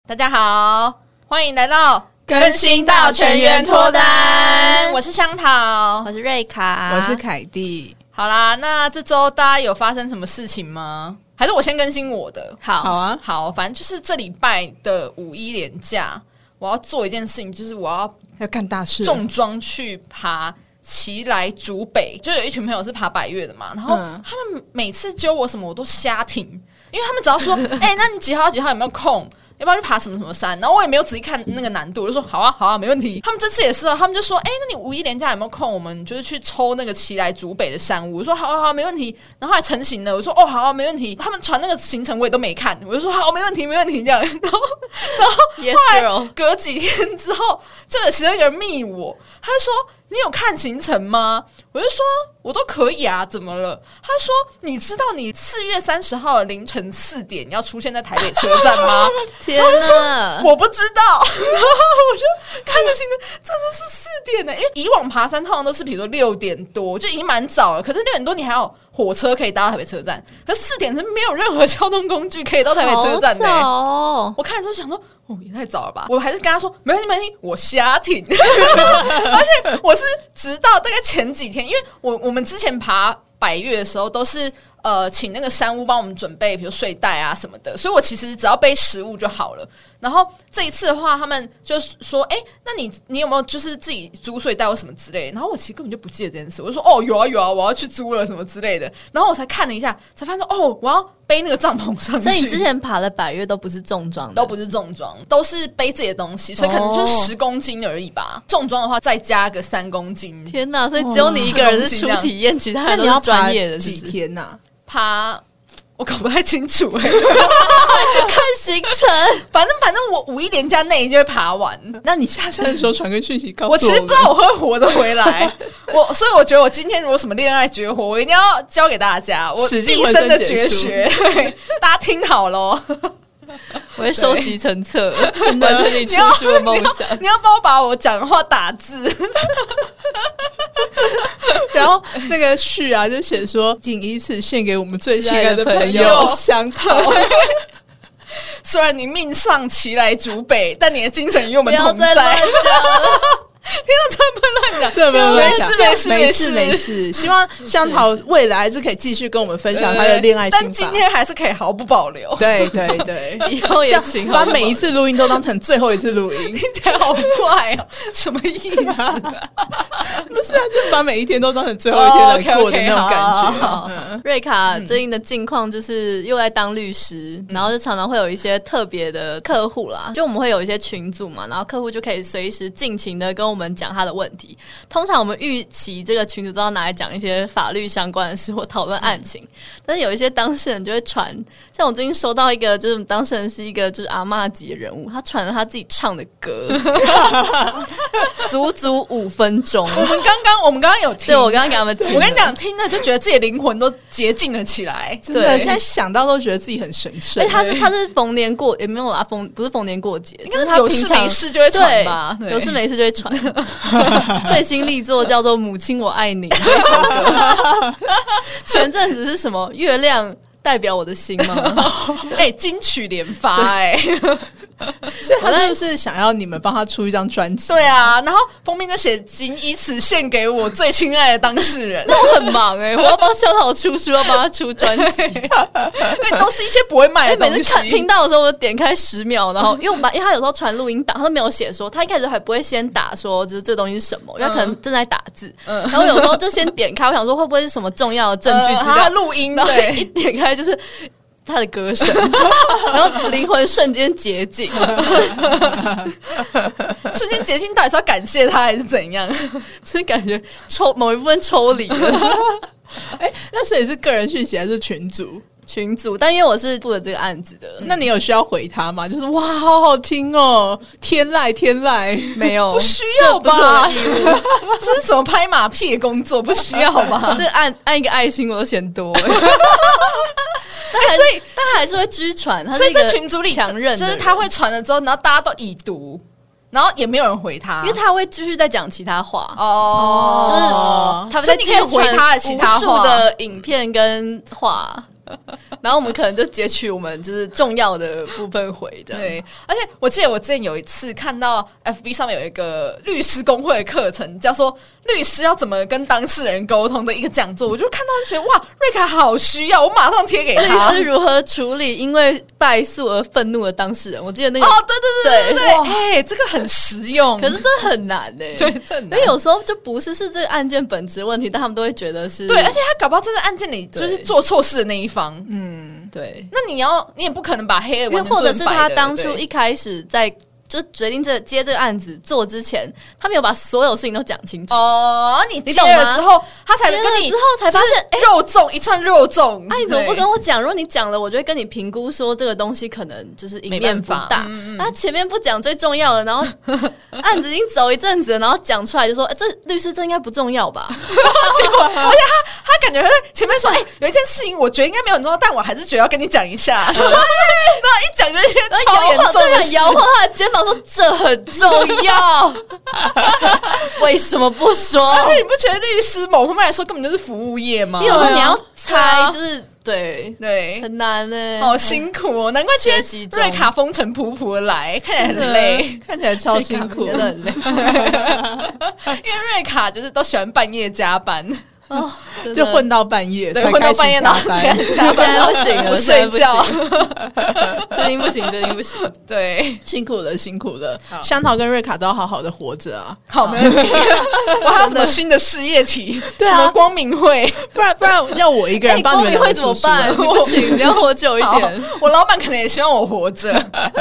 大家好，欢迎来到更新到全员脱单。 我是香桃， 我是瑞卡， 我是凯蒂。 好啦，那这周大家有发生什么事情吗？还是我先更新我的？ 好啊， 好，反正就是这礼拜的5·1连假，我要做一件事情，就是我要干大事， 重装去爬奇来竹北，就有一群朋友是爬百岳的嘛，然后他们每次揪我什么我都瞎挺，因为他们只要说那你几号几号有没有空，要不要去爬什么什么山，然后我也没有仔细看那个难度，我就说好啊好啊没问题。他们这次也是他们就说那你5·1连假有没有空，我们就是去抽那个奇来竹北的山屋，我说好啊好啊没问题，然后还成型了，我说好啊没问题。他们传那个行程我也都没看，我就说好没问题没问题这样，然后 yes, 后来隔几天之后就有其中一个人密我，他就说你有看行程吗？我就说我都可以啊，怎么了？他说你知道你4月30号的凌晨4点要出现在台北车站吗？ 天哪， 我不知道。然后我就看着行程真的是4点呢，因为以往爬山通常都是比如说6点多就已经蛮早了，可是6点多你还有火车可以搭到台北车站，可是4点是没有任何交通工具可以到台北车站的。我看的时候想说也太早了吧，我还是跟他说没关系没关系，我瞎挺。而且我是直到大概前几天，因为我们之前爬百岳的时候都是请那个山屋帮我们准备比如睡袋啊什么的，所以我其实只要背食物就好了。然后这一次的话他们就说那你有没有就是自己租睡袋或什么之类的，然后我其实根本就不记得这件事，我就说有啊有啊我要去租了什么之类的，然后我才看了一下才发现说我要背那个帐篷上去。 所以你之前爬的百岳都不是重装的？ 都不是重装，都是背自己的东西，所以可能就是10公斤而已吧。重装的话再加个3公斤。 天哪，所以只有你一个人是初体验，其他人都是专业的，是不是？ 几天啊？ 爬我搞不太清楚去看行程。 反正我5·1连假内就会爬完。 那你下山的时候传个讯息告诉我。 我其实不知道我会活得回来。所以我觉得我今天如果什么恋爱绝活，我一定要教给大家，我毕生的绝学。大家听好咯。 我会收集成册，完成你出书的梦想。 你要帮我把我讲的话打字。 然后那个序啊就写说仅以此献给我们最亲爱的朋友香桃。 虽然你命丧奇来竹北，但你的精神与我们同在。 不要再乱讲了。 天哪，真的不能乱讲， 真的不能乱讲， 没事没事。希望香桃未来还是可以继续跟我们分享她的恋爱心法， 但今天还是可以毫不保留。 对， 以后也请把每一次录音都当成最后一次录音， 听起来好怪哦，什么意思？ 不是啊，就把每一天都当成最后一天来过的那种感觉。 瑞卡最近的近况就是又在当律师，然后就常常会有一些特别的客户啦，就我们会有一些群组嘛，然后客户就可以随时尽情的跟我们讲他的问题。通常我们预期这个群组都要拿来讲一些法律相关的事或讨论案情，但是有一些当事人就会传，像我最近收到一个，就是当事人是一个就是阿嬷级的人物，他传了他自己唱的歌，足足5分钟。 我们刚刚有听， 对，我刚刚给他们听， 我跟你讲，听了就觉得自己的灵魂都洁净了起来。 真的，现在想到都觉得自己很神圣。 他是逢年过也没有啦，不是逢年过节，就是他有事没事就会传吧， 有事没事就会传。最新力作叫做《母亲我爱你》这首歌。前阵子是什么月亮代表我的心吗？ 金曲连发所以他是不是想要你们帮他出一张专辑？ 对啊，然后封面就写仅以此献给我最亲爱的当事人。 那我很忙我要帮香桃出书，要帮他出专辑， 那都是一些不会卖的东西。 每次听到的时候，我就点开10秒，然后因为他有时候传录音档，他都没有写说，他一开始还不会先打说就是这东西是什么，因为他可能正在打字，然后有时候就先点开，我想说会不会是什么重要的证据资料录音， 然后一点开就是他的歌声，然后灵魂瞬间洁净。 瞬间洁净到底是要感谢他还是怎样？ 就是感觉某一部分抽离了。 那所以是个人讯息还是群组？ 但因为我是负责这个案子的， 那你有需要回他吗？就是哇，好好听哦，天籁， 没有， 不需要吧？ 这不是我的义务。 这是什么拍马屁的工作？不需要吧？ 这按一个爱心我都嫌多。所以他还是会继续传， 所以在群组里强韧， 就是他会传了之后，然后大家都已读，然后也没有人回他， 因为他会继续在讲其他话就是他们在继续回他的其他话无数的影片跟话。 然后我们可能就截取我们就是重要的部分回的。 对，而且我记得我之前有一次看到 FB 上面有一个律师公会的课程，叫做律师要怎么跟当事人沟通的一个讲座，我就看到就觉得哇，瑞卡好需要，我马上贴给他。 律师如何处理因为败诉而愤怒的当事人？我记得那个对，这个很实用， 可是这很难对， 这很难， 因为有时候就不是这个案件本质问题，但他们都会觉得是对，而且他搞不好真的案件里就是做错事的那一方， 对。 那你也不可能把黑的完全或者是他当对初一开始在就决定接这个案子做之前，他没有把所有事情都讲清楚。 你接了之后，他才跟你之后才发现， 肉粽一串肉粽。 你怎么不跟我讲？如果你讲了，我就会跟你评估说这个东西可能就是赢面不大。他前面不讲最重要的，然后案子已经走一阵子了，然后讲出来就说，这律师这应该不重要吧？ 结果，而且他感觉前面说，有一件事情我觉得应该没有很重要，但我还是觉得要跟你讲一下。然后一讲就一些超严重的事， 摇晃他的肩膀说这很重要，为什么不说？ 而且你不觉得律师某方面来说根本就是服务业吗？ 有时候你要猜，就是对，很难好辛苦哦，难怪今天瑞卡风尘仆仆的来，看起来很累， 看起来超辛苦， 真的很累。 因为瑞卡就是都喜欢半夜加班。 就混到半夜， 对，混到半夜，然后现在不行了， 睡觉， 最近不行， 对， 辛苦了。香桃跟瑞卡都要好好的活着啊！ 好，没问题。我还有什么新的事业体？什么光明会？ 不然要我一个人帮你们光明会怎么办？不行，你要活久一点。 我老板可能也希望我活着。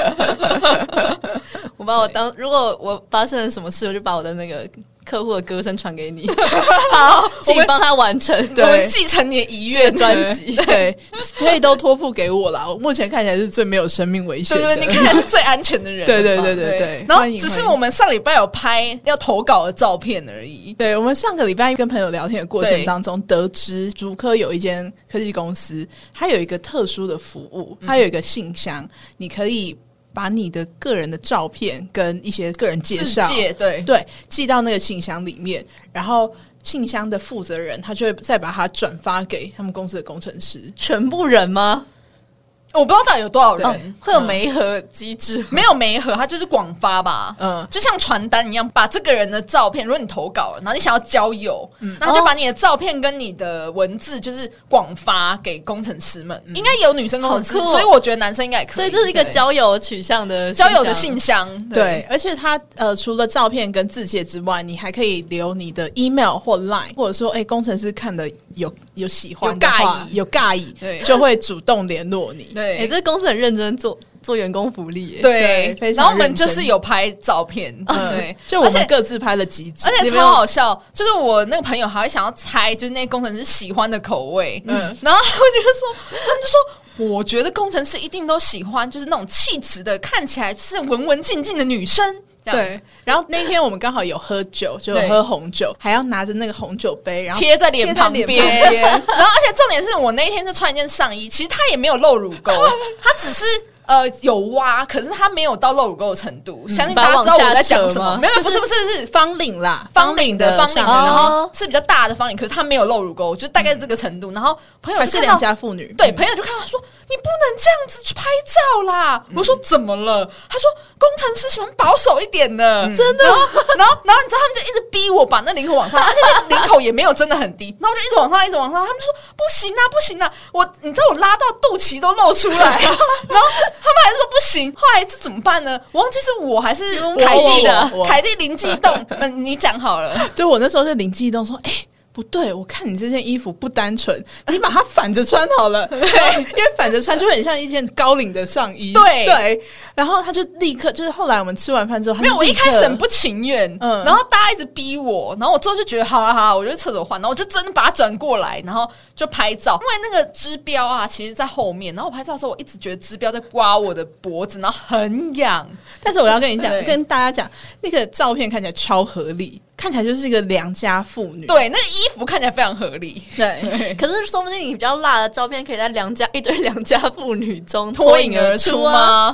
我把我如果我发生了什么事，我就把我的那个客户的歌声传给你， 好， 请帮他完成。 我们继承你的遗愿专辑， 对，可以都托付给我啦。我目前看起来是最没有生命危险的， 对，你看起来是最安全的人。 对。 然后只是我们上礼拜有拍要投稿的照片而已。 对，我们上个礼拜跟朋友聊天的过程当中，得知竹科有一间科技公司，它有一个特殊的服务，它有一个信箱，你可以把你的个人的照片跟一些个人介绍，对，寄到那个信箱里面，然后信箱的负责人他就会再把它转发给他们公司的工程师。 全部人吗？ 我不知道到底有多少人， 会有媒合机制？ 没有媒合，它就是广发吧。就像传单一样，把这个人的照片，如果你投稿了，然后你想要交友，然后就把你的照片跟你的文字，就是广发给工程师们。应该有女生工程师，所以我觉得男生应该也可以。 所以这是一个交友取向的交友的信箱。 对，而且它除了照片跟字节之外，你还可以留你的 email 或 line， 或者说工程师看了有喜欢的话，有尬意，就会主动联络你。 对， 这公司很认真做员工福利耶。 对， 非常。 然后我们就是有拍照片，对， 就我们各自拍了几组， 而且超好笑。就是我那个朋友还会想要猜，就是那工程师喜欢的口味，然后他们就说，我觉得工程师一定都喜欢，就是那种气质的，看起来就是文文静静的女生。 对，然后那天我们刚好有喝酒，就有喝红酒，还要拿着那个红酒杯，然后贴在脸旁边。然后，而且重点是我那一天就穿一件上衣，其实它也没有露乳沟，它只是有挖，可是它没有到露乳沟的程度。相信大家知道我在讲什么？没有，不是方领啦， 方领的，然后是比较大的方领，可是它没有露乳沟，就大概这个程度。然后朋友还是良家妇女， 对，朋友就看到说你不能这样子去拍照啦。我说怎么了？他说工程师喜欢保守一点的，真的。然后你知道他们就一直逼我把那领口往上，而且那领口也没有真的很低，然后我就一直往上，一直往上。他们就说不行啊，你知道我拉到肚脐都露出来，然后他们还是说不行。后来这怎么办呢？我忘记是我还是凯蒂灵机一动，你讲好了。 对，我那时候就灵机一动说，不对，我看你这件衣服不单纯，你把它反着穿好了。对，因为反着穿就会很像一件高领的上衣。对，然后他就立刻就是后来我们吃完饭之后， 没有，我一开始很不情愿，然后大家一直逼我，然后我最后就觉得好了，我就去厕所换，然后我就真的把它转过来，然后就拍照。因为那个支标啊，其实在后面，然后我拍照的时候，我一直觉得支标在刮我的脖子，然后很痒。但是我要跟你讲，跟大家讲，那个照片看起来超合理。看起来就是一个良家妇女，对，那个衣服看起来非常合理， 对。可是说不定你比较辣的照片，可以在一堆良家妇女中脱颖而出吗？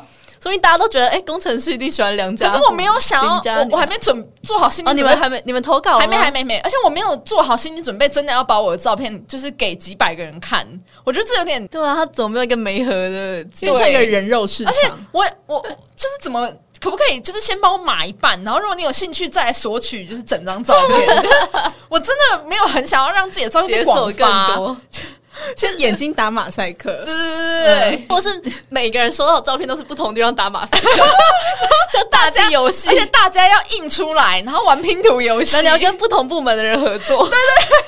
所以大家都觉得工程师一定喜欢良家妇， 可是我没有想要，我还没做好心理准备。 你们投稿了吗？ 还没，而且我没有做好心理准备，真的要把我的照片就是给几百个人看，我觉得这有点对啊，他怎么没有一个媒合的， 变成一个人肉市场？ 而且我就是怎么可不可以就是先帮我码一半，然后如果你有兴趣再来索取就是整张照片。我真的没有很想要让自己的照片被广发， 更多。 先眼睛打马赛克， 对， 或是每个人收到的照片都是不同地方打马赛克，像大地游戏， 而且大家要印出来，然后玩拼图游戏， 那你要跟不同部门的人合作， 对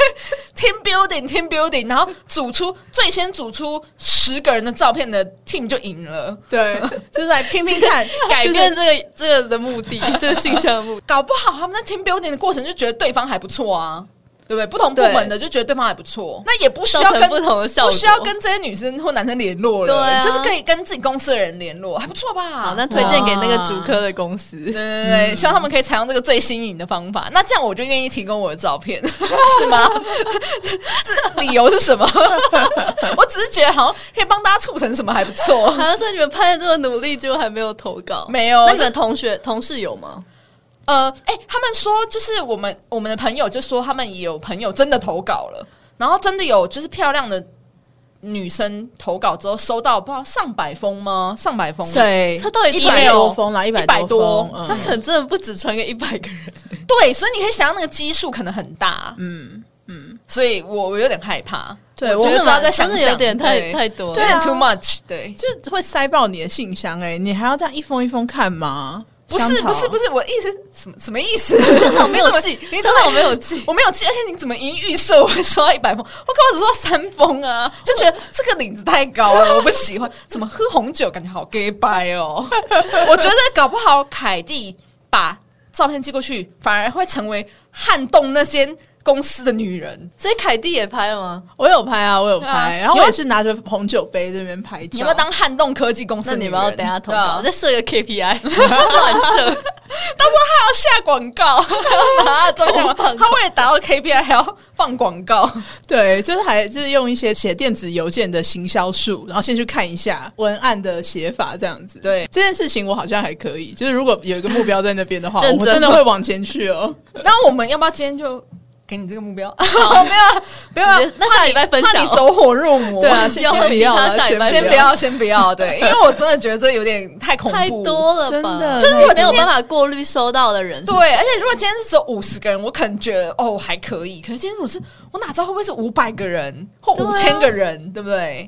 ，team building， 然后最先组出10个人的照片的 team 就赢了， 对，就是来拼拼看， 改变这个的目的，这个性向的目的， 搞不好他们在 team building 的过程就觉得对方还不错啊。对不对？不同部门的就觉得对方还不错，那也不需要跟不同的效果， 不需要跟这些女生或男生联络了， 对啊， 就是可以跟自己公司的人联络，还不错吧？ 好，那推荐给那个主科的公司， 对，希望他们可以采用这个最新颖的方法。那这样我就愿意提供我的照片，是吗？这理由是什么？我只是觉得好像可以帮大家促成什么还不错。 好像说你们拍的这么努力，结果还没有投稿， 没有？ 那你们同事有吗？ 他们说就是我们的朋友就说他们也有朋友真的投稿了，然后真的有就是漂亮的女生投稿之后收到不知道上百封吗？上百封， 对， 他到底 100多封啦，100多封， 他可能真的不止传给100个人， 对，所以你可以想象那个基数可能很大，所以我有点害怕， 对， 我觉得只要再想想， 有点太多， 有点 too much， 对， 就会塞爆你的信箱，你还要这样一封一封看吗？ 不是，我意思什么意思？ 现场没有记，现场没有记， 我没有记，而且你怎么已经预设我会收到100封？我刚只收到3封啊，就觉得这个领子太高了，我不喜欢。怎么喝红酒感觉好 gay 掰哦？我觉得搞不好凯蒂把照片寄过去，反而会成为撼动那些公司的女人。 所以凯蒂也拍了吗？ 我有拍，然后我也是拿着红酒杯这边拍照。 你要不要当撼动科技公司的女人？ 那你们要等一下投稿，再设个 KPI， 乱设。 到时候他要下广告，他为了达到 KPI 还要放广告。 对，就是用一些写电子邮件的行销术，然后先去看一下文案的写法，这样子。对，这件事情我好像还可以，就是如果有一个目标在那边的话，我真的会往前去哦。 那我们要不要今天就给你这个目标？不要， 那下礼拜分享， 怕你走火入魔。 对啊，先不要， 先不要。对，因为我真的觉得这有点太恐怖， 太多了吧？ 真的， 就是我没有办法过滤收到的人。 对，而且如果今天是只有50个人，我可能觉得还可以。可是今天我哪知道会不会是500个人或5000个人，对不对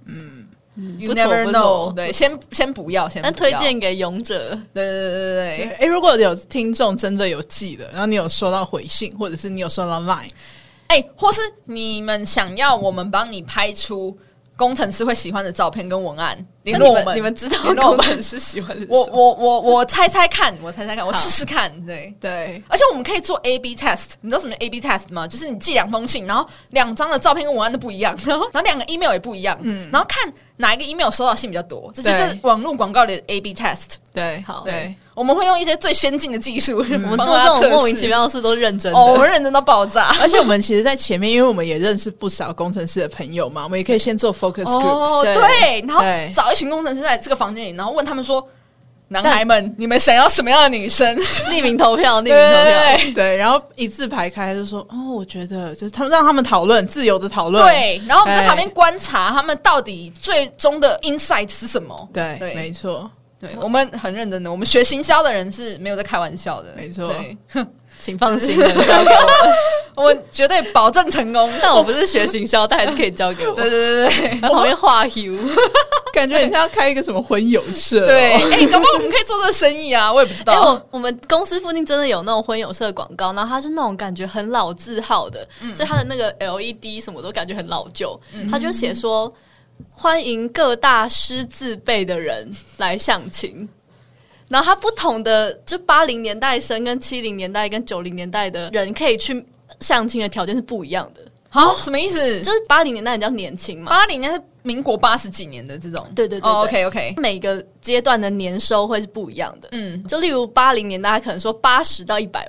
？You never know， 对，先不要， 但推荐给勇者， 对。 如果有听众真的有寄了，然后你有收到回信，或者是你有收到 Line， 或是你们想要我们帮你拍出工程师会喜欢的照片跟文案，联络我们。 你们知道工程师喜欢的？ 我猜猜看，我试试看， 对。 而且我们可以做 A/B test， 你知道什么 A/B test 吗？就是你寄2封信，然后2张的照片跟文案都不一样，然后2个 email 也不一样，然后看哪一个 email 收到信比较多，这就是网络广告的 A/B test。 对， 好， 对， 我们会用一些最先进的技术，我们做这种莫名其妙的事都认真的， 我们认真到爆炸。 而且我们其实，在前面，因为我们也认识不少工程师的朋友嘛，我们也可以先做 focus group， 对，然后找一群工程师在这个房间里，然后问他们说：“男孩们，你们想要什么样的女生？” 匿名投票， 对，然后一字排开，就说：“我觉得就是他们让他们讨论，自由的讨论。” 对，然后我们在旁边观察他们到底最终的 insight 是什么。 对，没错。 对，我们很认真的，我们学行销的人是没有在开玩笑的， 没错。 请放心的交给我， 我们绝对保证成功。 但我不是学行销，但还是可以交给我。 对， 在旁边画 U， 感觉很像要开一个什么婚友社。 对，搞不好我们可以做这个生意啊，我也不知道。 我们公司附近真的有那种婚友社广告，然后它是那种感觉很老字号的，所以它的那个 LED 什么都感觉很老旧。它就写说欢迎各大师字辈的人来相亲。然后他不同的就80年代生跟70年代跟90年代的人可以去相亲的条件是不一样的。 什么意思？ 就是80年代比较年轻嘛 ，80年代是民国80几年的这种。 对。 OK， 每个阶段的年收会是不一样的。就例如80年代，他可能说80到100万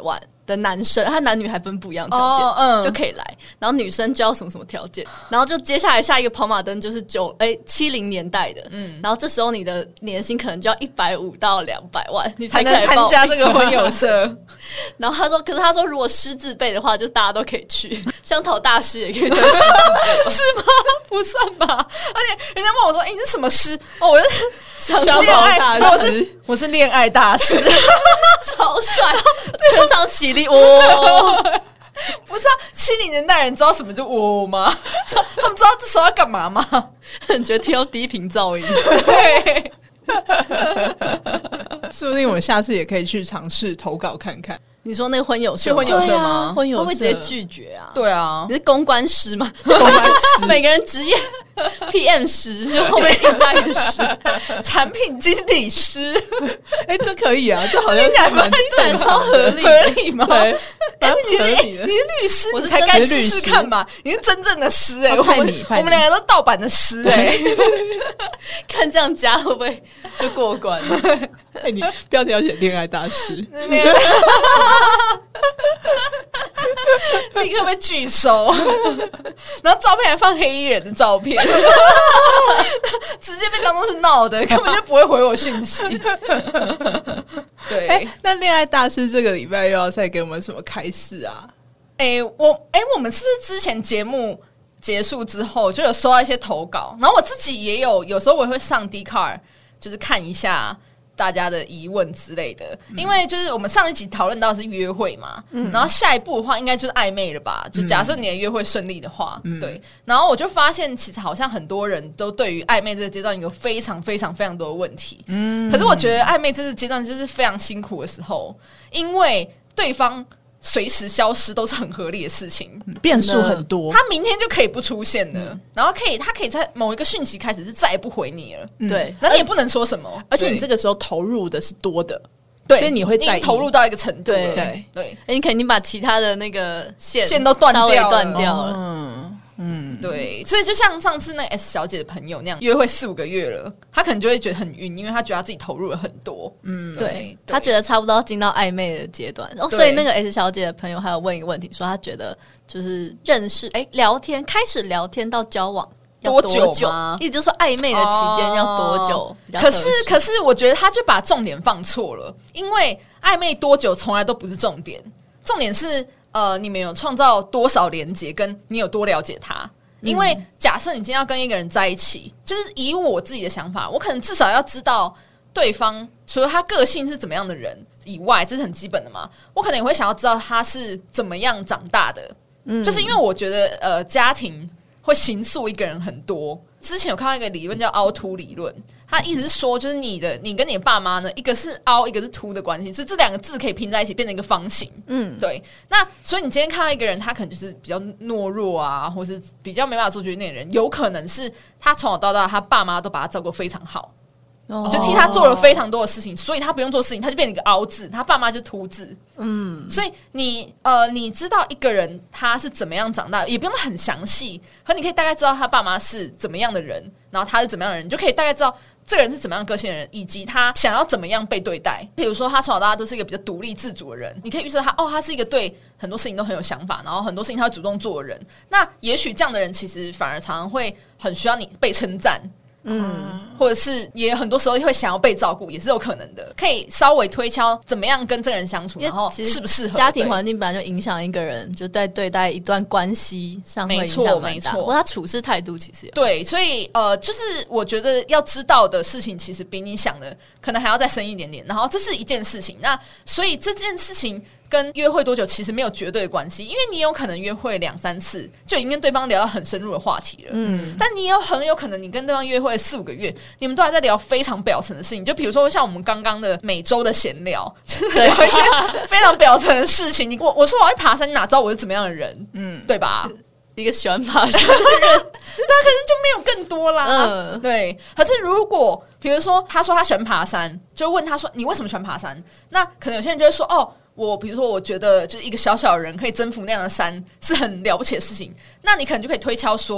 的男生，他男女还分不一样的条件，就可以来。然后女生就要什么什么条件，然后就接下来下一个跑马灯就是70年代的，然后这时候你的年薪可能就要150到200万，你才能参加这个婚友社。 然后可是他说如果师字辈的话，就大家都可以去，香桃大师也可以算师字辈， 是吗？不算吧。而且人家问我说：“你是什么师？”我是香桃大师， 我是恋爱大师， 超帅，全场起立哦！ 不是啊，70年代人知道什么就哦吗？他们知道这时候要干嘛吗？ 你觉得听到低频噪音？ 对。 说不定我们下次也可以去尝试投稿看看。 你说那个婚友社， 婚友社吗？ 婚友社会不会直接拒绝啊？ 对啊， 你是公关师吗？ 公关师， 每个人职业 PM 师，就后面加一个师， 产品经理师。 这可以啊，这好像是蛮超合理吗？ 对，蛮合理的。 你是律师，我才该试试看吧。你是真正的师我们两个都盗版的师看这样加会不会就过关了？ 你标题要写恋爱大师， 立刻被拒收，然后照片还放黑衣人的照片，直接被当作是闹的，根本就不会回我讯息。对， 那恋爱大师这个礼拜又要再给我们什么开示啊？ 我们是不是之前节目结束之后就有收到一些投稿？然后我自己也有时候我也会上 Dcard， 就是看一下大家的疑问之类的，因为就是我们上一集讨论到的是约会嘛，然后下一步的话应该就是暧昧了吧？就假设你的约会顺利的话，对。然后我就发现，其实好像很多人都对于暧昧这个阶段有非常非常非常多的问题。可是我觉得暧昧这个阶段就是非常辛苦的时候，因为对方随时消失都是很合理的事情， 变数很多。 他明天就可以不出现了，然后他可以在某一个讯息开始是再也不回你了， 对， 那你也不能说什么， 而且你这个时候投入的是多的， 对， 所以你会在意， 投入到一个程度， 对， 你肯定把其他的那个线都断掉了， 对，所以就像上次那个 S 小姐的朋友那样，约会4-5个月了，她可能就会觉得很晕，因为她觉得她自己投入了很多， 对，她觉得差不多要进到暧昧的阶段，所以那个 S 小姐的朋友还有问一个问题，说她觉得就是认识聊天开始聊天到交往要多久吗？意思就是说暧昧的期间要多久？ 可是我觉得她就把重点放错了，因为暧昧多久从来都不是重点，重点是你们有创造多少连结，跟你有多了解他。因为假设你今天要跟一个人在一起，就是以我自己的想法，我可能至少要知道对方除了他个性是怎么样的人以外，这是很基本的嘛。我可能也会想要知道他是怎么样长大的，就是因为我觉得家庭会形塑一个人很多。之前有看到一个理论叫凹凸理论，他意思是说，就是你跟你的爸妈呢，一个是凹，一个是凸的关系，所以这两个字可以拼在一起变成一个方形。对。那所以你今天看到一个人，他可能就是比较懦弱啊，或是比较没办法做决定的人，有可能是他从小到大，他爸妈都把他照顾非常好。就替他做了非常多的事情，所以他不用做事情，他就变成一个凹字，他爸妈就凸字。所以你知道一个人他是怎么样长大，也不用很详细，可你可以大概知道他爸妈是怎么样的人，然后他是怎么样的人，你就可以大概知道这个人是怎么样个性的人，以及他想要怎么样被对待。比如说他从小到大都是一个比较独立自主的人，你可以预测他是一个对很多事情都很有想法，然后很多事情他会主动做的人。那也许这样的人其实反而常常会很需要你被称赞。或者是也很多时候会想要被照顾，也是有可能的。可以稍微推敲怎么样跟这个人相处，然后适不适合。 家庭环境本来就影响一个人，就在对待一段关系上会影响蛮大。不过他处事态度其实有对，所以就是我觉得要知道的事情，其实比你想的可能还要再深一点点。然后这是一件事情，那所以这件事情跟约会多久其实没有绝对的关系，因为你有可能约会2-3次就已经跟对方聊到很深入的话题了，但你很有可能你跟对方约会4-5个月，你们都还在聊非常表层的事情，就比如说像我们刚刚的每周的闲聊，就是聊一些非常表层的事情。我说我要去爬山，你哪知道我是怎么样的人，对吧？ 一个喜欢爬山的人，对啊，可是就没有更多啦。对。可是如果比如说他说他喜欢爬山，就问他说你为什么喜欢爬山？那可能有些人就会说比如说我觉得就是一个小小的人可以征服那样的山是很了不起的事情，那你可能就可以推敲说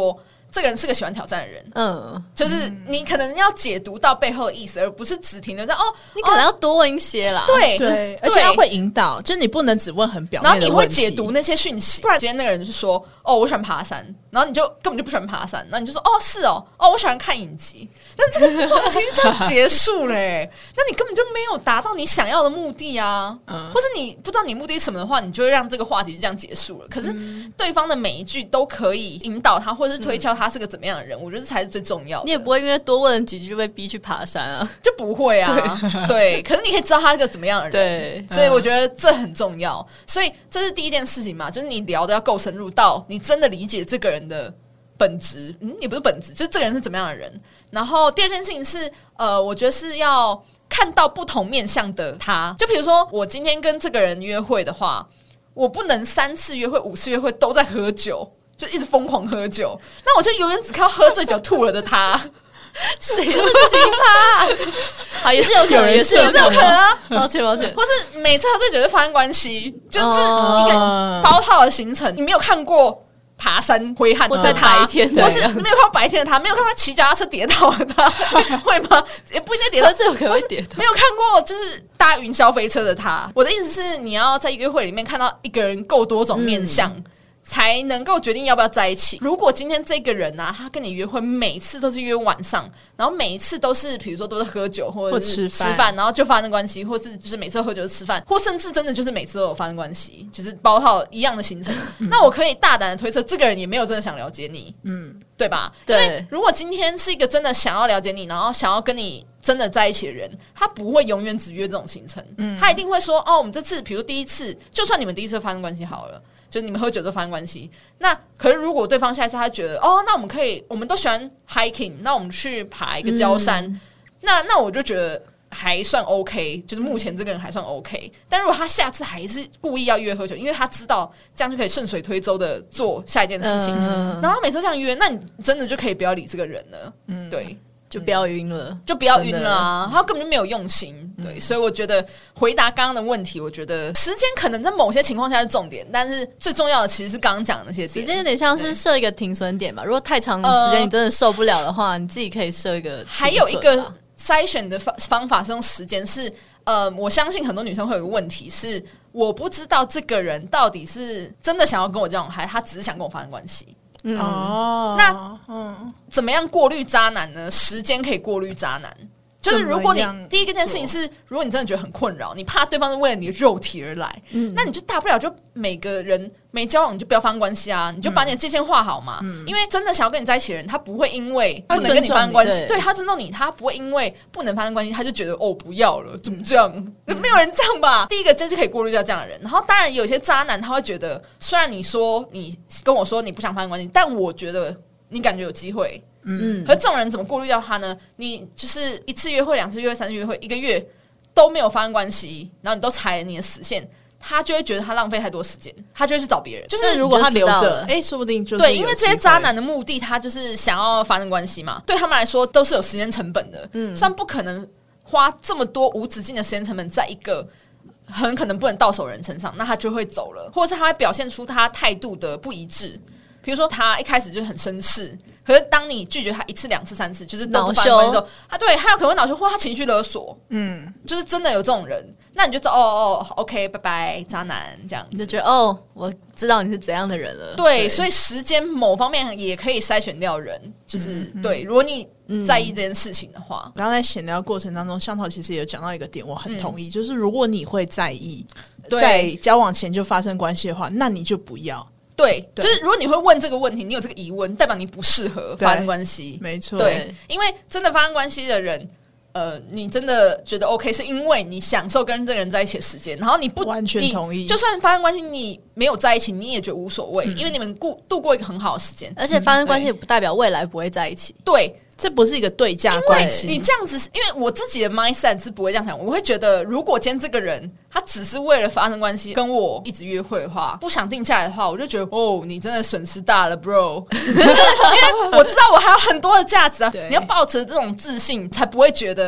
这个人是个喜欢挑战的人，就是你可能要解读到背后的意思，而不是只停留在你可能要多问一些啦。 对，而且要会引导，就是你不能只问很表面的问题， 然后你会解读那些讯息，不然今天那个人就说我喜欢爬山，然后你就根本就不喜欢爬山，然后你就说是我喜欢看影集，但这个话题就这样结束了那你根本就没有达到你想要的目的啊，或是你不知道你目的是什么的话，你就会让这个话题就这样结束了。可是对方的每一句都可以引导他，或者是推敲他是个怎么样的人，我觉得这才是最重要的。 你也不会因为多问了几句就被逼去爬山啊， 就不会啊。对，可是你可以知道他是个怎么样的人， 对， 所以我觉得这很重要。所以这是第一件事情嘛，就是你聊的要够深入到你真的理解这个人的本质，也不是本质，就是这个人是怎么样的人。然后第二件事情是我觉得是要看到不同面向的他，就比如说我今天跟这个人约会的话，我不能3次约会5次约会都在喝酒，就一直疯狂喝酒，那我就永远只看到喝醉酒吐了的他。 谁那么奇葩啊？也是有可能，也是有可能啊。抱歉，或是每次喝醉酒就发生关系，就是一个包套的行程。你没有看过爬山挥汗的他， 白天或是没有看到白天的他，没有看到骑脚踏车跌倒的他，会吗？也不一定跌倒， 这有可能会跌倒。 没有看过就是搭云霄飞车的他。我的意思是，你要在约会里面看到一个人够多种面向。才能够决定要不要在一起。如果今天这个人他跟你约会，每次都是约晚上，然后每一次都是比如说都是喝酒或者是吃饭，然后就发生关系，或是就是每次喝酒就吃饭，或甚至真的就是每次都有发生关系，就是包套一样的行程。那我可以大胆的推测，这个人也没有真的想了解你，对吧？ 对。 因为如果今天是一个真的想要了解你，然后想要跟你真的在一起的人，他不会永远只约这种行程，他一定会说我们这次比如第一次，就算你们第一次发生关系好了，就你们喝酒就发生关系，那可是如果对方下一次他觉得那我们可以，我们都喜欢 hiking， 那我们去爬一个郊山，那我就觉得还算 OK， 就是目前这个人还算 OK。但如果他下次还是故意要约喝酒，因为他知道这样就可以顺水推舟的做下一件事情，然后他每次这样约，那你真的就可以不要理这个人了，对。 就不要晕了， 就不要晕了啊！他根本就没有用心，对，所以我觉得回答刚刚的问题，我觉得时间可能在某些情况下是重点，但是最重要的其实是刚刚讲的那些点。 时间有点像是设一个停损点吧，如果太长的时间你真的受不了的话，你自己可以设一个。 还有一个筛选的方法是用时间，是我相信很多女生会有一个问题是，我不知道这个人到底是真的想要跟我交往，还他只是想跟我发生关系。那怎么样过滤渣男呢？时间可以过滤渣男，就是如果你第一件事情是，如果你真的觉得很困扰，你怕对方是为了你的肉体而来，那你就大不了就每个人没交往你就不要发生关系啊，你就把你的界限画好嘛。因为真的想要跟你在一起的人，他不会因为不能跟你发生关系，对，他尊重你，他不会因为不能发生关系他就觉得不要了，怎么这样？没有人这样吧？第一个就是可以过滤掉这样的人，然后当然有些渣男他会觉得，虽然你说你跟我说你不想发生关系，但我觉得你感觉有机会。可是这种人怎么过滤掉他呢？你就是1次约会、2次约会、3次约会，1个月都没有发生关系，然后你都踩了你的死线，他就会觉得他浪费太多时间，他就会去找别人。就是如果他留着，说不定就是对，因为这些渣男的目的，他就是想要发生关系嘛，对他们来说都是有时间成本的。虽然不可能花这么多无止境的时间成本在一个很可能不能到手人身上，那他就会走了，或者是他会表现出他态度的不一致。比如说他一开始就很绅士，可是当你拒绝他1次、2次、3次，就是都不发生关系之后，他有可能会恼羞，或他情绪勒索，就是真的有这种人，那你就说OK， 拜拜，渣男这样子， 你就觉得我知道你是怎样的人了。 对，所以时间某方面也可以筛选掉人，就是对，如果你在意这件事情的话， 刚刚在闲聊过程当中，香桃其实也有讲到一个点，我很同意，就是如果你会在意在交往前就发生关系的话，那你就不要。 对，就是如果你会问这个问题，你有这个疑问，代表你不适合发生关系。 没错， 对，因为真的发生关系的人，你真的觉得 OK， 是因为你享受跟这个人在一起的时间，然后你不完全同意， 就算发生关系你没有在一起，你也觉得无所谓，因为你们度过一个很好的时间， 而且发生关系也不代表未来不会在一起。 对。 这不是一个对价关系， 你这样子，因为我自己的 mindset 是不会这样想，我会觉得，如果今天这个人他只是为了发生关系跟我一直约会的话，不想定下来的话，我就觉得你真的损失大了 ，bro 。因为我知道我还有很多的价值啊，你要抱持这种自信，才不会觉得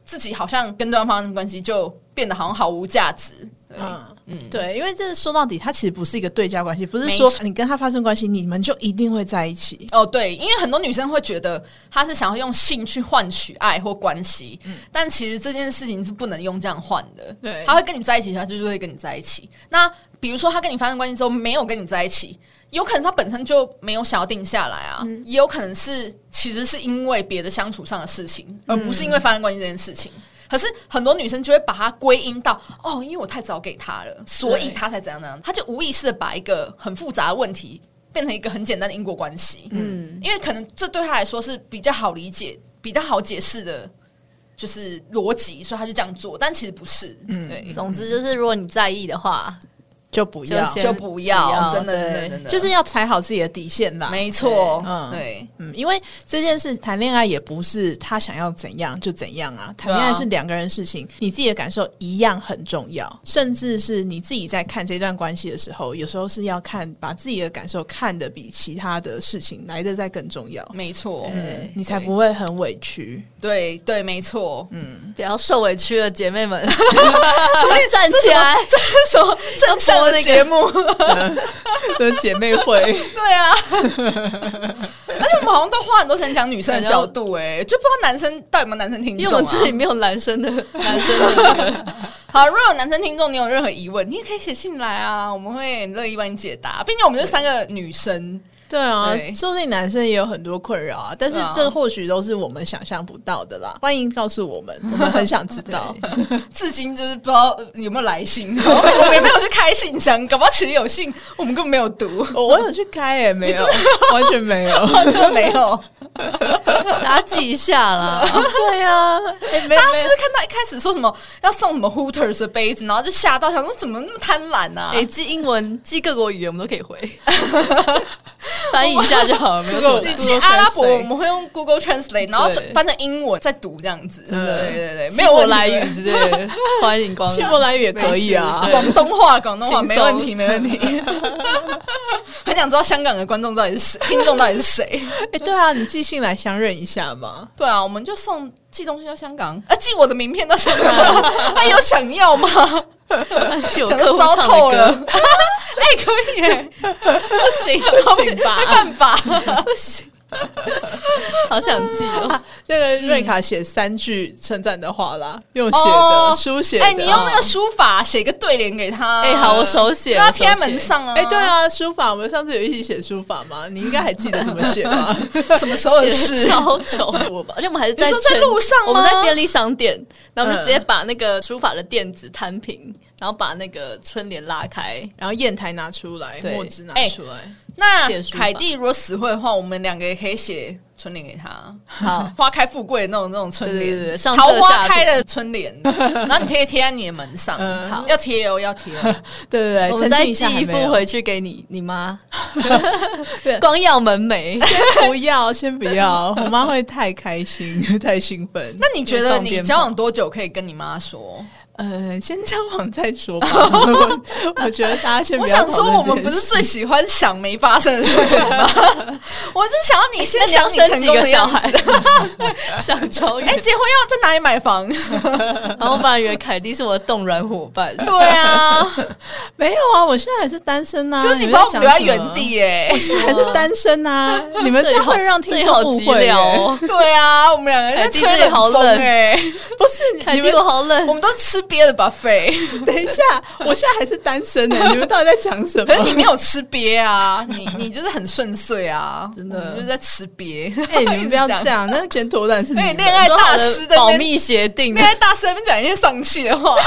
自己好像跟对方发生关系就变得好像毫无价值。 对，因为这说到底，它其实不是一个对价关系，不是说你跟他发生关系，你们就一定会在一起。 对，因为很多女生会觉得她是想要用性去换取爱或关系，但其实这件事情是不能用这样换的。 对， 他会跟你在一起，他就是会跟你在一起。那比如说他跟你发生关系之后没有跟你在一起，有可能他本身就没有想要定下来啊，也有可能是其实是因为别的相处上的事情，而不是因为发生关系这件事情。可是很多女生就会把它归因到因为我太早给他了，所以他才怎样怎样，他就无意识的把一个很复杂的问题变成一个很简单的因果关系。因为可能这对他来说是比较好理解、比较好解释的，就是逻辑，所以他就这样做。但其实不是。对， 总之就是如果你在意的话， 就不要， 就不要，真的， 就是要踩好自己的底线吧。 没错， 对，因为这件事谈恋爱也不是他想要怎样就怎样啊，谈恋爱是两个人事情，你自己的感受一样很重要，甚至是你自己在看这段关系的时候，有时候是要把自己的感受看得比其他的事情来得再更重要。 没错， 你才不会很委屈。 对，没错， 不要受委屈了，姐妹们，站起来！ 这是什么正向的节目？ 这是姐妹会。 对啊，而且我们好像都花很多时间讲女生的角度，就不知道男生到底有没有男生听众， 因为我们这里没有男生的那个。 好，如果有男生听众，你有任何疑问，你也可以写信来啊，我们会很乐意帮你解答。毕竟我们就3个女生。 对啊，说不定男生也有很多困扰啊，但是这或许都是我们想象不到的啦。欢迎告诉我们，我们很想知道。 至今就是不知道有没有来信，我们也没有去开信箱，搞不好其实有信我们根本没有读。 我有去开没有，完全没有， 真的没有。 大家记一下啦。 对啊，大家是不是看到一开始说什么要送什么 Hooters 的杯子，然后就吓到，想说怎么那么贪婪啊？ 记英文、记各国语言我们都可以回。翻译一下就好了，没有错。 你记阿拉伯，我们会用 Google Translate， 然后翻成英文再读这样子。对，没有希伯来语之类的，欢迎光临。 希伯来语也可以啊， 广东话没问题，没问题。很想知道香港的观众到底是谁，听众到底是谁？ 对啊，你寄信来相认一下嘛。 对啊，我们就寄东西到香港，寄我的名片到香港，他有想要吗？ 想说糟透了，可以不行吧？ 没办法， 不行。好想记哦！ 那个瑞卡写3句称赞的话啦，用写的书写的。 你用那个书法写个对联给他。 好，我手写， 要贴在门上啊。 对啊，书法，我们上次有一起写书法嘛，你应该还记得怎么写吧？ 什么时候的事？ 超丑吧？而且我们还是在路上吗？ 我们在便利商店，然后我们就直接把那个书法的垫子摊平，然后把那个春联拉开， 然后砚台拿出来，墨汁拿出来。 那凯蒂如果死会的话，我们2个也可以写春联给他。好，花开富贵的那种春联， 对， 桃花开的春联，然后你可以贴在你的门上。好，要贴哦，要贴。 对， 我们再寄一副回去给你妈。光耀门楣， 先不要，我妈会太开心，太兴奋。 那你觉得你交往多久可以跟你妈说？ 先交往再说吧。我觉得大家先不要。 我想说，我们不是最喜欢想没发生的事情吗？我就想要你先想你成功的样子， 想超远。 结婚要在哪里买房？ 然后我本来以为凯蒂是我的动软伙伴。 对啊， 没有啊，我现在还是单身啊。 就是你把我们留在原地耶， 我现在还是单身啊。你们这样会让听众误会哦。 对啊，我们2个人吹得好冷不是凯蒂，我好冷。 我们都吃憋的 buffet。 等一下，我现在还是单身呢，你们到底在讲什么？ 可是你没有吃瘪啊，你就是很顺遂啊， 真的就是在吃瘪。 你们不要这样，那前头然是你恋爱大师的保密协定， 恋爱大师在那边讲一些丧气的话，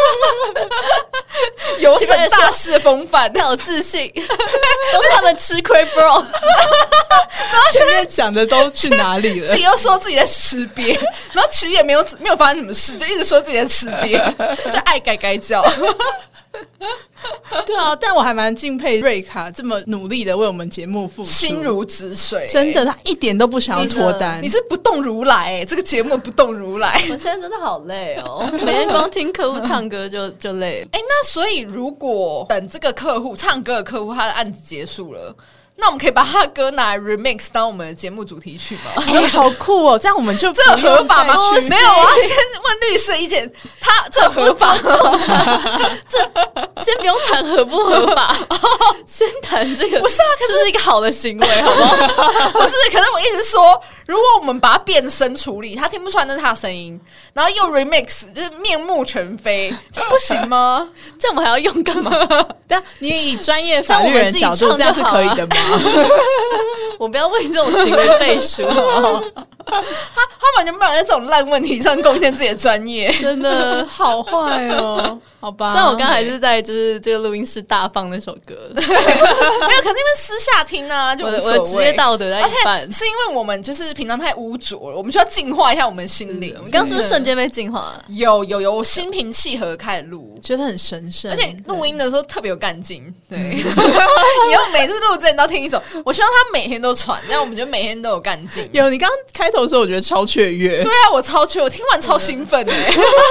有沈大师的风范， 太有自信，都是他们吃亏 bro。然后前面讲的都去哪里了？ 自己又说自己在吃瘪，然后其实也没有发生什么事，就一直说自己在吃瘪。就爱该叫。 对啊，但我还蛮敬佩瑞卡这么努力的为我们节目付出， 心如止水。 真的，他一点都不想要脱单。 你是不动如来这个节目不动如来。 我现在真的好累哦，每天光听客户唱歌就累了。 那所以如果等这个客户唱歌的客户他的案子结束了， 那我们可以把他的歌拿来 remix 当我们的节目主题曲吗？ 好酷哦！这样我们就这合法吗？没有，我要先问律师的意见，他这合法吗？ 这先不用谈合不合法，先谈这个不是啊，可是一个好的行为，好不好？ 不是，可是我一直说，如果我们把它变声处理，他听不出来那是他的声音，然后又 remix， 就是面目全非，这不行吗？ 这样我们还要用干嘛？ 对啊，你以专业法律人的角度，这样是可以的吗？ 我不要为这种行为背书， 他完全没有在这种烂问题上贡献自己的专业， 真的好坏哦。好吧， 虽然我刚才还是在就是这个录音室大放那首歌， 没有，可是因为私下听啊，就我的职业道德在一半， 而且是因为我们就是平常太污浊了，我们需要净化一下我们心灵。 我们刚是不是瞬间被净化了？ 有，我心平气和开始录， 觉得很神圣， 而且录音的时候特别有干劲。对，以后每次录之前都听一首，我希望他每天都传，这样我们觉得每天都有干劲。 有，你刚刚开头的时候，我觉得超雀跃。 对啊，我超雀，我听完超兴奋的。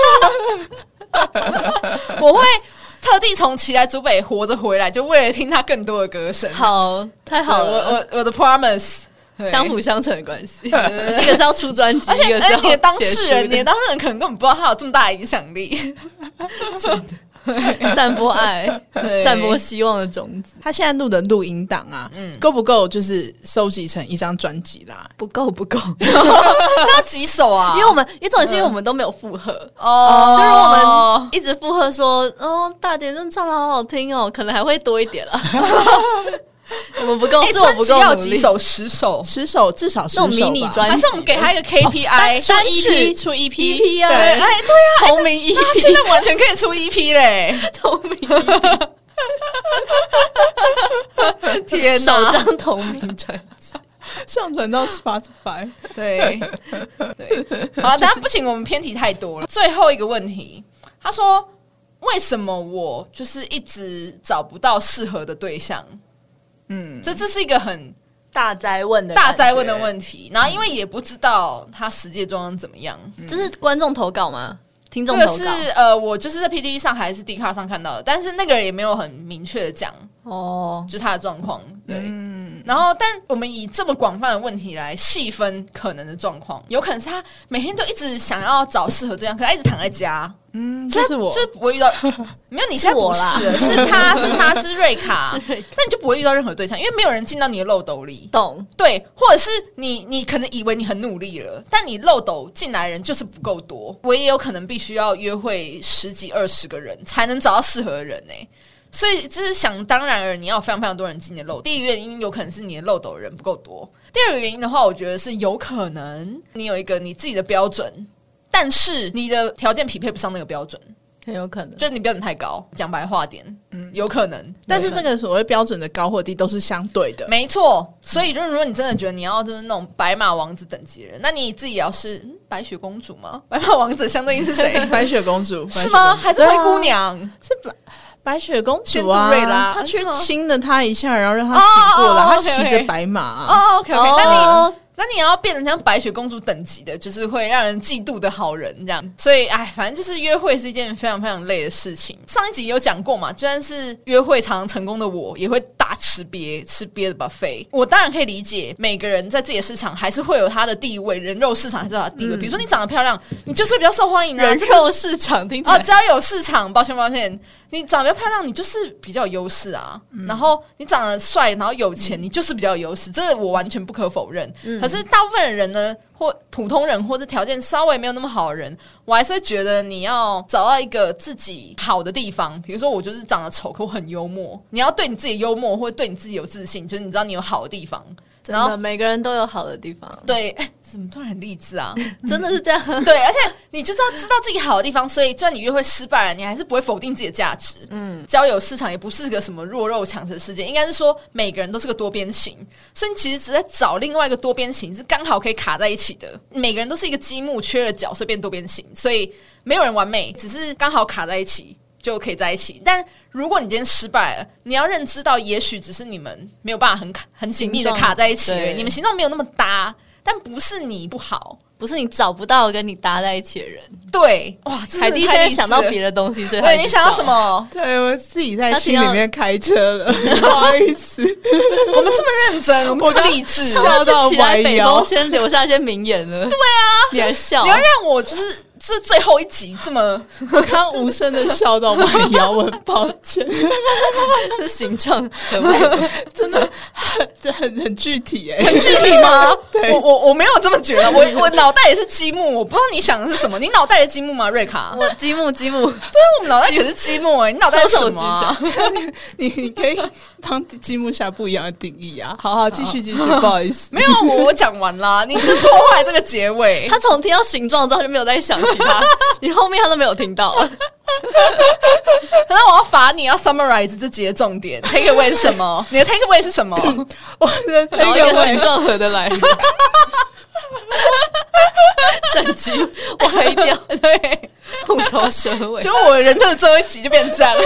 我会特地从奇来竹北活着回来，就为了听他更多的歌声。 好，太好了， 我的 promise， 相辅相成的关系。一个是要出专辑， 而且一个是要你的当事人，你的当事人可能根本不知道他有这么大的影响力， 真的。散播爱，散播希望的种子。 他现在录的录音档啊，够不够？就是收集成一张专辑啦？ 不够， 那几首啊？ 因为重点是因为我们都没有附和哦， 就是我们一直附和说，哦，大姐真的唱得好好听哦，可能还会多一点啦。我们不够，是我不够要努力。 几首？10首 ，10首，至少10首吧。 那种迷你专辑， 还是我们给他一个 KPI， 出 EP，出 EP 啊？ 对，哎，对啊， 同名 EP， 他现在完全可以出 EP 嘞， 同名 EP， 天哪， 首张同名专辑上传到 Spotify。 对，好了，大家不行，我们偏题太多了。最后一个问题，他说为什么我就是一直找不到适合的对象？这是一个很大灾问的问题，然后因为也不知道他实际状况怎么样。 这是观众投稿吗？听众投稿？ 这个是我就是在 PTT 上还是 Dcard 上看到的，但是那个人也没有很明确的讲就是他的状况。对，然后但我们以这么广泛的问题来细分可能的状况，有可能是他每天都一直想要找适合对象，可是他一直躺在家。 就是我， 就是不会遇到，没有你现在不是，是他是瑞卡，那你就不会遇到任何对象，因为没有人进到你的漏斗里， 懂？ 对，或者是你可能以为你很努力了，但你漏斗进来的人就是不够多，我也有可能必须要约会10几20个人才能找到适合的人欸。所以就是想当然而你要有非常非常多人进你的漏斗。第一个原因有可能是你的漏斗的人不够多，第二个原因的话，我觉得是有可能你有一个你自己的标准，但是你的条件匹配不上那个标准， 很有可能， 就是你标准太高。讲白话点，有可能。 但是这个所谓标准的高或低都是相对的， 没错。所以，如果你真的觉得你要就是那种白马王子等级的人，那你自己也要是白雪公主吗？白马王子相对应是谁？ 白雪公主是吗？还是灰姑娘？ 是白雪公主啊，瑞拉， 她去亲了他一下，然后让他醒过来，她骑着白马。 OK， 那你要变成像白雪公主等级的，就是会让人嫉妒的好人这样。所以，反正就是约会是一件非常非常累的事情。上一集有讲过嘛，就算是约会常常成功的我，也会大吃瘪的 buffet。我当然可以理解，每个人在自己的市场还是会有他的地位，人肉市场还是有他的地位。比如说你长得漂亮，你就是会比较受欢迎的人肉市场听起来只要有市场，抱歉。你长得比较漂亮，你就是比较有优势啊。然后你长得帅，然后有钱，你就是比较有优势，这我完全不可否认。可是大部分的人呢，或普通人，或者条件稍微没有那么好的人，我还是会觉得你要找到一个自己好的地方。比如说我就是长得丑，可我很幽默，你要对你自己幽默，或者对你自己有自信，就是你知道你有好的地方。 然后每个人都有好的地方， 对，怎么突然很励志啊？ 真的是这样， 对，而且你就是要知道自己好的地方，所以就算你约会失败了，你还是不会否定自己的价值。交友市场也不是个什么弱肉强食的世界，应该是说每个人都是个多边形，所以你其实只在找另外一个多边形是刚好可以卡在一起的。每个人都是一个积木，缺了角，所以变多边形，所以没有人完美，只是刚好卡在一起就可以在一起。但如果你今天失败了，你要认知到，也许只是你们没有办法很紧密的卡在一起而已，你们形状没有那么搭， 但不是你不好， 不是你找不到跟你搭在一起的人。 对，哇， 海蒂现在想到别的东西，所以对，你想到什么？ 对我自己在心里面开车了，不好意思， 我们这么认真，我们这么励志， 笑到起来歪腰北风，先留下一些名言了。对啊，你还笑？ 你要让我就是最后一集这么， 我刚无声的笑到歪腰，我很抱歉， 这形状很美， 真的很具体很具体吗？ 对， 我没有这么觉得，我脑袋也是积木，我不知道你想的是什么。你脑袋的积木吗，瑞卡？ 我积木， 对啊，我们脑袋也是积木你脑袋是什么啊？ 你可以帮积木下不一样的定义啊。好，继续，不好意思， 没有，我讲完啦，你是破坏这个结尾。 他从听到形状之后就没有再想其他，你后面他都没有听到。 那我要罚你要 summarize 这集的重点 ，take away 是什么？你的 take away 是什么？ 我的找一个形状合得来，整集歪掉， 对， 虎头蛇尾， 就我人生的最后一集就变这样。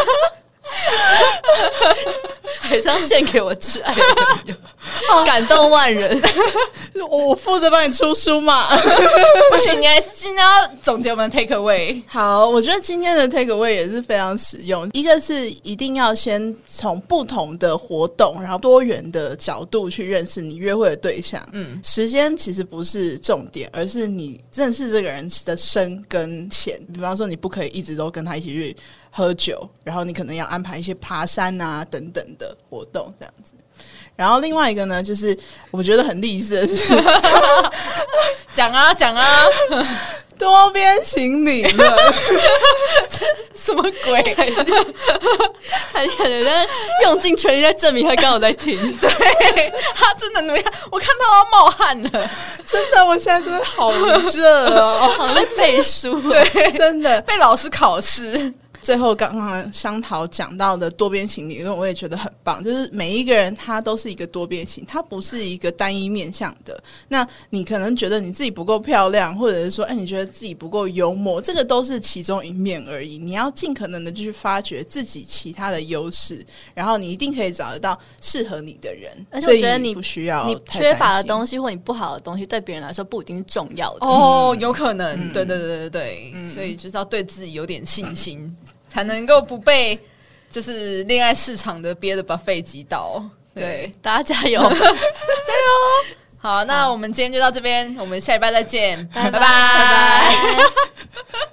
还是要献给我挚爱的人，感动万人。 我负责帮你出书嘛。 不行，你还是今天要总结我们的 take away。 好，我觉得今天的 take away 也是非常实用。一个是一定要先从不同的活动，然后多元的角度去认识你约会的对象。时间其实不是重点，而是你认识这个人的深跟浅。比方说，你不可以一直都跟他一起去喝酒，然后你可能要安排一些爬山啊等等的活动这样子。然后另外一个呢，就是我觉得很励志的是讲啊， 多边形理论。 什么鬼？ 他可能在用尽全力在证明他刚好在听。 对，他真的努力，我看到他冒汗了， 真的，我现在真的好热哦， 好像在背书。 对， 真的被老师考试。 最后刚刚香桃讲到的多边形理论，我也觉得很棒。就是每一个人他都是一个多边形，他不是一个单一面向的。那你可能觉得你自己不够漂亮，或者是说，你觉得自己不够幽默，这个都是其中一面而已。你要尽可能的去发掘自己其他的优势，然后你一定可以找得到适合你的人。 而且我觉得你不需要你缺乏的东西或你不好的东西，对别人来说不一定是重要的。 哦，有可能，对，所以就是要对自己有点信心。才能够不被就是恋爱市场的憋的buffet击倒。对， 大家加油， 加油！好，那我们今天就到这边，我们下礼拜再见，拜拜。